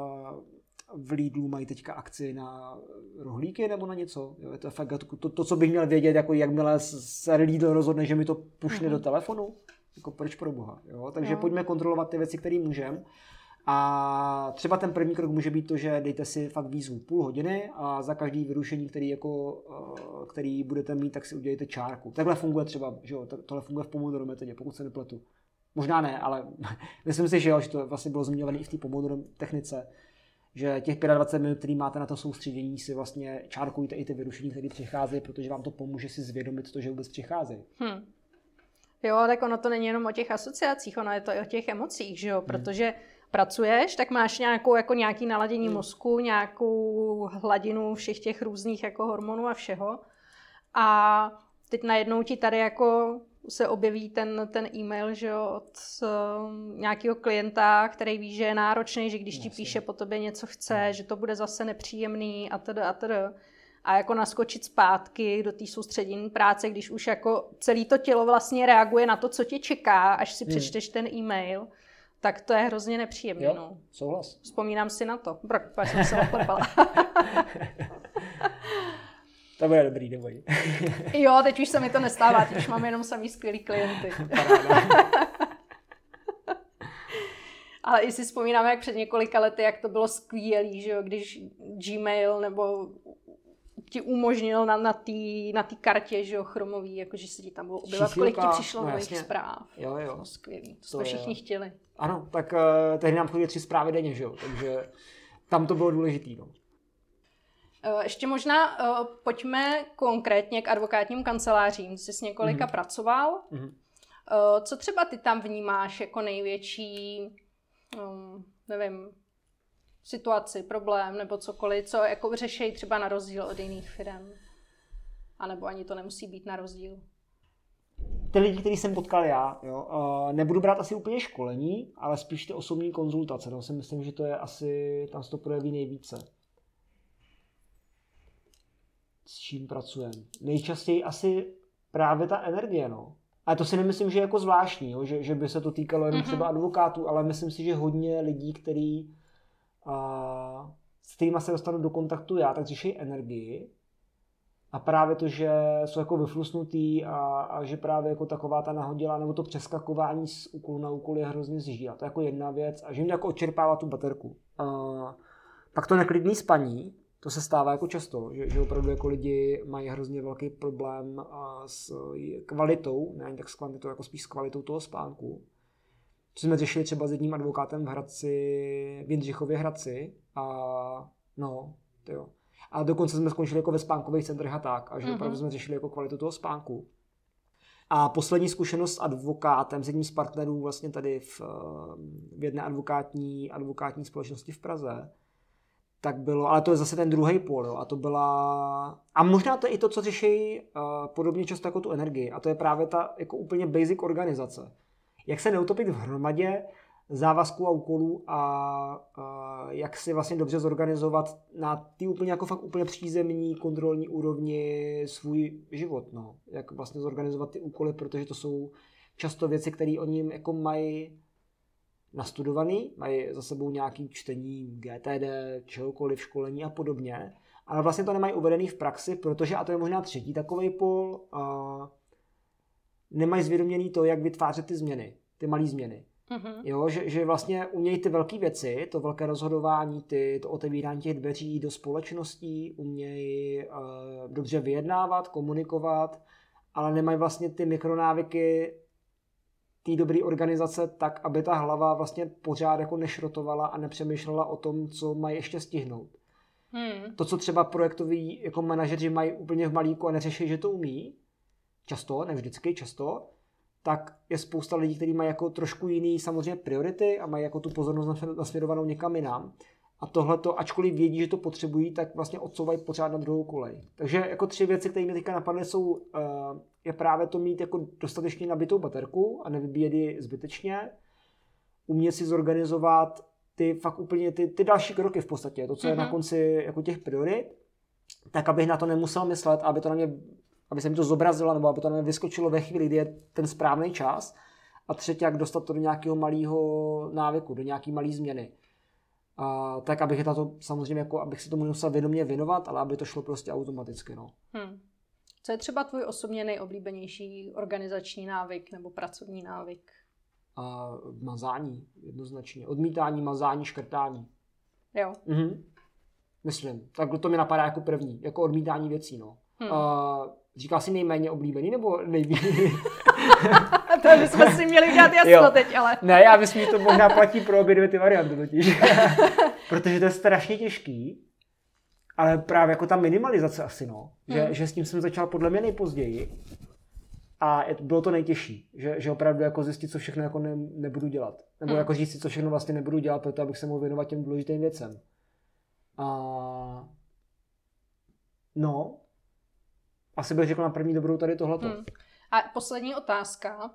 v Lidlu mají teďka akci na rohlíky nebo na něco. Jo, je to fakt to, co bych měl vědět, jako jakmile se Lidl rozhodne, že mi to pušne do telefonu, jako proč pro boha. Jo? Takže pojďme kontrolovat ty věci, které můžeme. A třeba ten první krok může být to, že dejte si fakt výzvu půl hodiny a za každý vyrušení, který budete mít, tak si udělejte čárku. Takhle funguje třeba, že jo, tohle funguje v Pomodoro metodě, pokud se nepletu. Možná ne, ale myslím si, že jo, že to vlastně bylo zmiňované i v té Pomodoro technice, že těch 25 minut, který máte na to soustředění, si vlastně čárkujte i ty vyrušení, které přicházejí, protože vám to pomůže si zvědomit to, že vůbec přicházejí. Jo, tak ono to není jenom o těch asociacích, ono je to i o těch emocích, že jo, protože pracuješ, tak máš nějaký naladění mozku, nějakou hladinu všech těch různých jako hormonů a všeho. A teď najednou ti tady jako se objeví ten e-mail, že jo, od nějakého klienta, který ví, že je náročný, že když ti píše po tobě něco chce, že to bude zase nepříjemný a td. A jako naskočit zpátky do té soustředění práce, když už jako celé to tělo vlastně reaguje na to, co tě čeká, až si přečteš ten e-mail, tak to je hrozně nepříjemné. Jo, no. Souhlas. Vzpomínám si na to. Pak jsem se odporpala. To bude dobrý, neboj. Jo, teď už se mi to nestává, teď už mám jenom samý skvělý klienty. Ale i si vzpomínám, jak před několika lety, jak to bylo skvělý, že jo, když Gmail nebo ti umožnil na té kartě, že jo, chromový, jakože se ti tam bylo objevovat, kolik ti přišlo nových zpráv. Jo. To skvělý, to jsme všichni chtěli. Ano, tak tehdy nám chodí 3 zprávy denně, že jo, takže tam to bylo důležitý, no. Ještě možná pojďme konkrétně k advokátním kancelářím. Jsi s několika pracoval. Co třeba ty tam vnímáš jako největší, nevím, situaci, problém nebo cokoliv, co jako řešejí třeba na rozdíl od jiných firem? A nebo ani to nemusí být na rozdíl? Ty lidi, který jsem potkal já, jo, nebudu brát asi úplně školení, ale spíš ty osobní konzultace. No, si myslím, že to je asi, tam se to projeví nejvíce. S čím pracujeme. Nejčastěji asi právě ta energie, no. Ale to si nemyslím, že je jako zvláštní, jo, že by se to týkalo jenom třeba advokátů, ale myslím si, že hodně lidí, s kterýma se dostanu do kontaktu já, tak řeší energii. A právě to, že jsou jako vyflusnutý a že právě jako taková ta nahodila, nebo to přeskakování z úkolu na úkol je hrozně zží. A to je jako jedna věc. A že jim jako odčerpává tu baterku. Pak to neklidný spaní, to se stává jako často, že opravdu jako lidi mají hrozně velký problém s kvalitou, ne ani tak s kvantitou, jako spíš s kvalitou toho spánku. Co jsme řešili třeba s jedním advokátem v Jindřichově Hradci a dokonce jsme skončili jako ve spánkových centrech a tak, a že opravdu jsme řešili jako kvalitu toho spánku. A poslední zkušenost s advokátem, s jedním z partnerů vlastně tady v jedné advokátní společnosti v Praze, tak bylo, ale to je zase ten druhý pól, jo, a to byla, a možná to je i to, co řeší podobně často jako tu energii, a to je právě ta jako úplně basic organizace. Jak se neutopit v hromadě závazků a úkolů a jak si vlastně dobře zorganizovat na ty úplně jako fakt úplně přízemní kontrolní úrovni svůj život, no. Jak vlastně zorganizovat ty úkoly, protože to jsou často věci, které oni jako mají nastudovaný, mají za sebou nějaký čtení GTD, čehokoliv, školení a podobně, ale vlastně to nemají uvedený v praxi, protože, a to je možná třetí takovej pól, nemají zvědoměný to, jak vytvářet ty změny, ty malé změny. Mm-hmm. Jo, že vlastně umějí ty velké věci, to velké rozhodování, to otevírání těch dveří do společností, umějí dobře vyjednávat, komunikovat, ale nemají vlastně ty mikronávyky té dobré organizace tak, aby ta hlava vlastně pořád jako nešrotovala a nepřemýšlela o tom, co mají ještě stihnout. To, co třeba projektoví jako manažeři mají úplně v malíku a neřeší, že to umí, často, ne vždycky, často, tak je spousta lidí, kteří mají jako trošku jiný samozřejmě priority a mají jako tu pozornost nasměrovanou někam jinam. A tohleto, ačkoliv vědí, že to potřebují, tak vlastně odsouvají pořád na druhou kolej. Takže jako 3 věci, které mi teďka napadly, jsou je právě to mít jako dostatečně nabitou baterku a nevybíjet ji zbytečně. Umět si zorganizovat ty fakt úplně ty další kroky v podstatě, to, co je na konci jako těch priorit, tak abych na to nemusel myslet, aby se mi to zobrazilo, nebo aby to na mě vyskočilo ve chvíli, kdy je ten správný čas. A třetí, jak dostat to do nějakého malého návyku, do nějaké malé změny. Tak abych na to samozřejmě, jako, abych si tomu musel vědomě věnovat, ale aby to šlo prostě automaticky. No. Co je třeba tvůj osobně nejoblíbenější organizační návyk nebo pracovní návyk? Mazání, jednoznačně. Odmítání, mazání, škrtání. Jo. Myslím. Tak to mi napadá jako první, jako odmítání věcí. No. Říkal jsi nejméně oblíbený nebo nejvíc? To bychom si měli udělat jasno teď, ale... Ne, já myslím, že to možná platí pro obě dvě ty varianty totiž. Protože to je strašně těžký, ale právě jako ta minimalizace asi, no. Že s tím jsem začal podle mě nejpozději a bylo to nejtěžší. Že opravdu jako zjistit, co všechno jako nebudu dělat. Nebo jako říct si, co všechno vlastně nebudu dělat, proto abych se mohl věnovat těm důležitým věcem. No, asi bych řekl na první dobrou tady tohleto. A poslední otázka.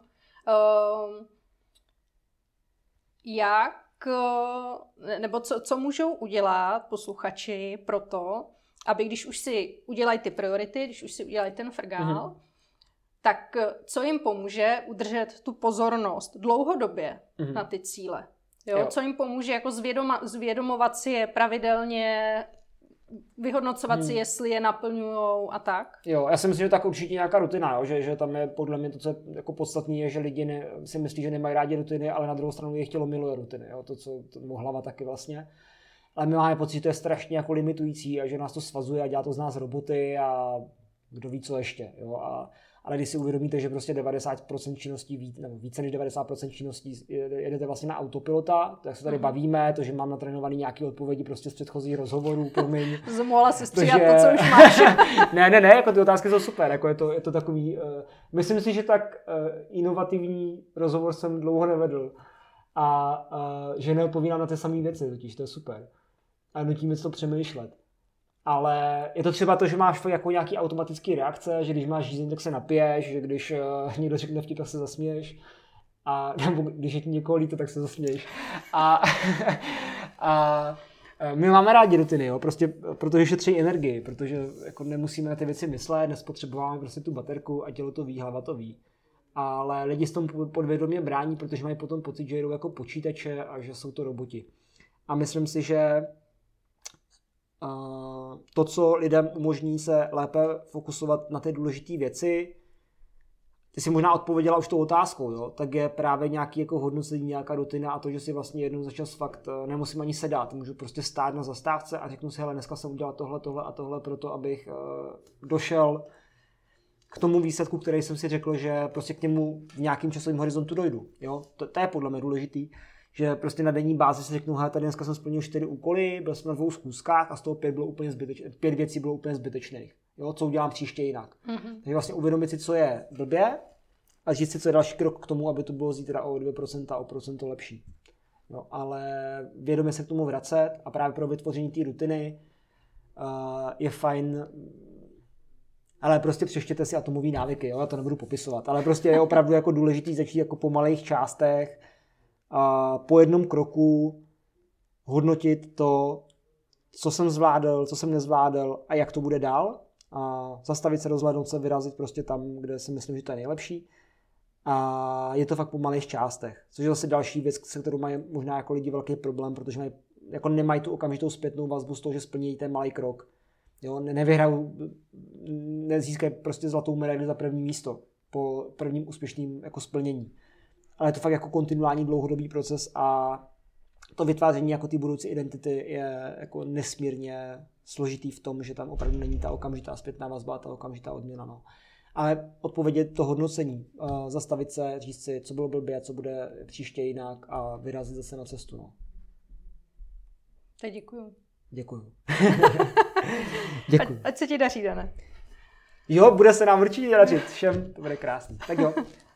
Nebo co můžou udělat posluchači pro to, aby když už si udělají ty priority, když už si udělají ten frgál, tak co jim pomůže udržet tu pozornost dlouhodobě na ty cíle? Jo? Co jim pomůže jako zvědomovat si je pravidelně, vyhodnocovat si, jestli je naplňujou a tak? Jo, já si myslím, že tak určitě nějaká rutina, jo? Že tam je podle mě to, co je jako podstatné, je, že lidi si myslí, že nemají rádi rutiny, ale na druhou stranu jejich tělo miluje rutiny, jo? To, co hlava taky vlastně. Ale my máme pocit, že to je strašně jako limitující a že nás to svazuje a dělá to z nás roboty a kdo ví, co ještě. Jo? Ale když si uvědomíte, že prostě 90% činností, nebo více než 90% činností jedete vlastně na autopilota, tak se tady bavíme, to, že mám natrénovaný nějaké odpovědi prostě z předchozích rozhovorů, promiň. Mohla si stříhat to, co už máš. ne, jako ty otázky jsou super, jako je to takový, myslím si, že tak inovativní rozhovor jsem dlouho nevedl a že neodpovídám na ty samé věci, totiž to je super. A nutí mi to přemýšlet. Ale je to třeba to, že máš jako nějaký automatický reakce, že když máš žízeň, tak se napiješ, že když někdo řekne vtip, tak se zasměješ. Nebo když je ti někoho líto, tak se zasměješ. A my máme rádi rutiny, jo? Prostě, protože šetří energii, protože jako nemusíme na ty věci myslet, nespotřebováme prostě tu baterku a tělo to ví, hlava to ví. Ale lidi s tomu podvědomě brání, protože mají potom pocit, že jedou jako počítače a že jsou to roboti. A myslím si, že to, co lidem umožní se lépe fokusovat na ty důležité věci, ty si možná odpověděla už tou otázkou, jo? Tak je právě nějaký jako hodnocení, nějaká rutina a to, že si vlastně jednou za čas fakt nemusím ani sedat, můžu prostě stát na zastávce a řeknu si, hele, dneska jsem udělal tohle a tohle proto, abych došel k tomu výsledku, který jsem si řekl, že prostě k němu v nějakým časovém horizontu dojdu. Jo? To je podle mě důležitý. Že prostě na denní bázi si řeknu, tady dneska jsem splnil 4 úkoly, byl jsem na 2 schůzkách a z toho 5 věcí bylo úplně zbytečných. Jo, co udělám příště jinak. Takže vlastně uvědomit si, co je blbě a říct si, co je další krok k tomu, aby to bylo zítra o 2%, o procento lepší. No, ale vědomě se k tomu vracet a právě pro vytvoření té rutiny je fajn, ale prostě přeštěte si atomové návyky, jo? Já to nebudu popisovat, ale prostě je opravdu jako důležitý začít jako po malých částech a po jednom kroku hodnotit to, co jsem zvládl, co jsem nezvládl a jak to bude dál a zastavit se, rozhlédnout se, vyrazit prostě tam, kde si myslím, že to je nejlepší. A je to fakt po malých částech, což je zase další věc, se kterou mají možná jako lidi velký problém, protože jako nemají tu okamžitou zpětnou vazbu z toho, že splní ten malý krok. Jo, nezískají prostě zlatou medaili za první místo po prvním úspěšným jako splnění. Ale je to fakt jako kontinuální dlouhodobý proces a to vytváření jako ty budoucí identity je jako nesmírně složitý v tom, že tam opravdu není ta okamžitá zpětná vazba a ta okamžitá odměna. No. Ale odpovědět to hodnocení, zastavit se, říct si, co bylo blbě, co bude příště jinak a vyrazit zase na cestu. No. Tak děkuju. Děkuju. Ať se ti daří, Dane. Jo, bude se nám určitě dařit všem, to bude krásný. Tak jo.